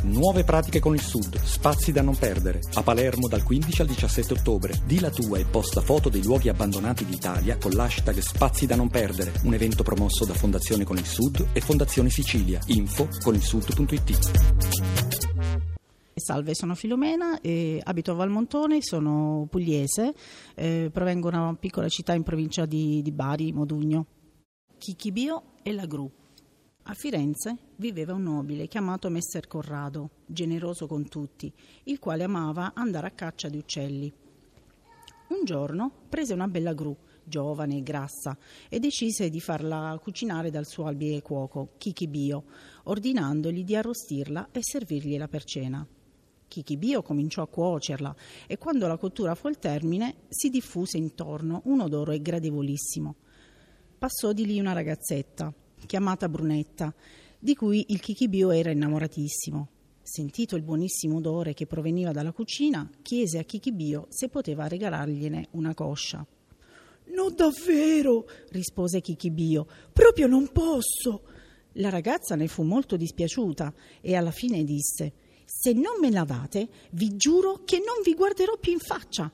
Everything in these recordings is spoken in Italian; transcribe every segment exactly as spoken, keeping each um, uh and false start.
Nuove pratiche con il Sud, spazi da non perdere. A Palermo dal quindici al diciassette ottobre. Di la tua e posta foto dei luoghi abbandonati d'Italia con l'hashtag Spazi da non perdere. Un evento promosso da Fondazione Con il Sud e Fondazione Sicilia. Info con il sud punto it. Salve, sono Filomena, e abito a Valmontone, sono pugliese, eh, provengo da una piccola città in provincia di, di Bari, Modugno. Chicchi Bio e la gru. A Firenze viveva un nobile chiamato Messer Corrado, generoso con tutti, il quale amava andare a caccia di uccelli. Un giorno prese una bella gru, giovane e grassa, e decise di farla cucinare dal suo abile cuoco, Chicchi Bio, ordinandogli di arrostirla e servirgliela per cena. Chicchi Bio cominciò a cuocerla e quando la cottura fu al termine si diffuse intorno un odore gradevolissimo. Passò di lì una ragazzetta, chiamata Brunetta, di cui il Chicchi Bio era innamoratissimo. Sentito il buonissimo odore che proveniva dalla cucina, chiese a Chicchi Bio se poteva regalargliene una coscia. «No, davvero», rispose Chicchi Bio, «proprio non posso». La ragazza ne fu molto dispiaciuta e alla fine disse: «Se non me la date, vi giuro che non vi guarderò più in faccia».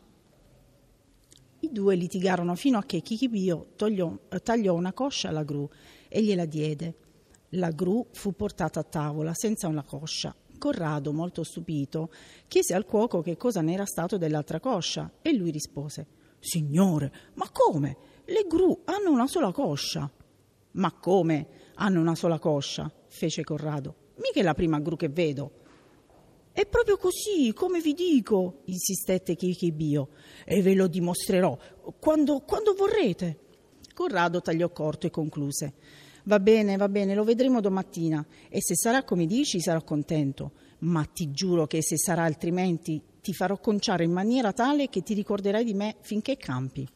I due litigarono fino a che Chicchi Bio togliò, tagliò una coscia alla gru e gliela diede. La gru fu portata a tavola senza una coscia. Corrado, molto stupito, chiese al cuoco che cosa n'era stato dell'altra coscia e lui rispose: «Signore, ma come? Le gru hanno una sola coscia». «Ma come hanno una sola coscia?» fece Corrado. «Mica è la prima gru che vedo». «È proprio così, come vi dico», insistette Chicchi Bio, «e ve lo dimostrerò quando, quando vorrete». Corrado tagliò corto e concluse: «Va bene, va bene, lo vedremo domattina e se sarà come dici sarò contento, ma ti giuro che se sarà altrimenti ti farò conciare in maniera tale che ti ricorderai di me finché campi».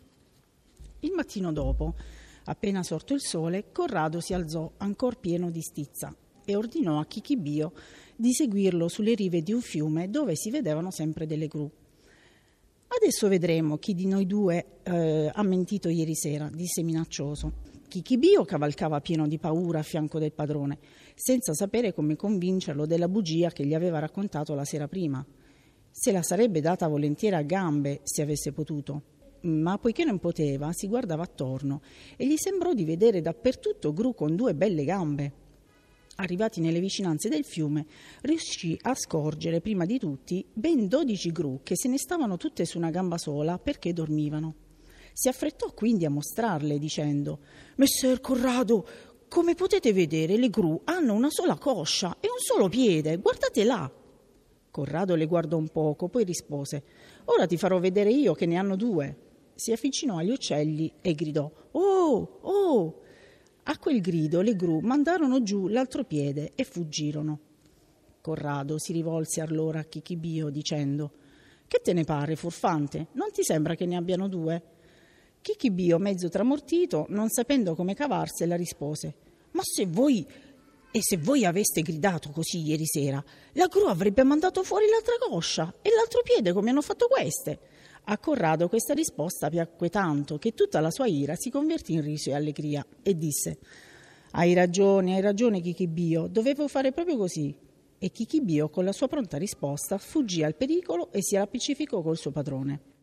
Il mattino dopo, appena sorto il sole, Corrado si alzò ancor pieno di stizza e ordinò a Chicchi Bio di seguirlo sulle rive di un fiume dove si vedevano sempre delle gru. «Adesso vedremo chi di noi due eh, ha mentito ieri sera», disse minaccioso. Chicchi Bio cavalcava pieno di paura a fianco del padrone, senza sapere come convincerlo della bugia che gli aveva raccontato la sera prima. Se la sarebbe data volentieri a gambe se avesse potuto, ma poiché non poteva, si guardava attorno e gli sembrò di vedere dappertutto gru con due belle gambe. Arrivati nelle vicinanze del fiume, riuscì a scorgere prima di tutti ben dodici gru che se ne stavano tutte su una gamba sola perché dormivano. Si affrettò quindi a mostrarle dicendo: «Messer Corrado, come potete vedere le gru hanno una sola coscia e un solo piede, guardate là». Corrado le guardò un poco, poi rispose: «Ora ti farò vedere io che ne hanno due». Si avvicinò agli uccelli e gridò: «Oh, oh!». A quel grido le gru mandarono giù l'altro piede e fuggirono. Corrado si rivolse allora a Chicchi Bio dicendo: «Che te ne pare, furfante? Non ti sembra che ne abbiano due?» Chicchi Bio, mezzo tramortito, non sapendo come cavarsela, rispose: «Ma se voi e se voi aveste gridato così ieri sera, la gru avrebbe mandato fuori l'altra coscia e l'altro piede come hanno fatto queste». A Corrado questa risposta piacque tanto che tutta la sua ira si convertì in riso e allegria e disse: «Hai ragione, hai ragione Chicchi Bio, dovevo fare proprio così». E Chicchi Bio con la sua pronta risposta fuggì al pericolo e si rappiccificò col suo padrone.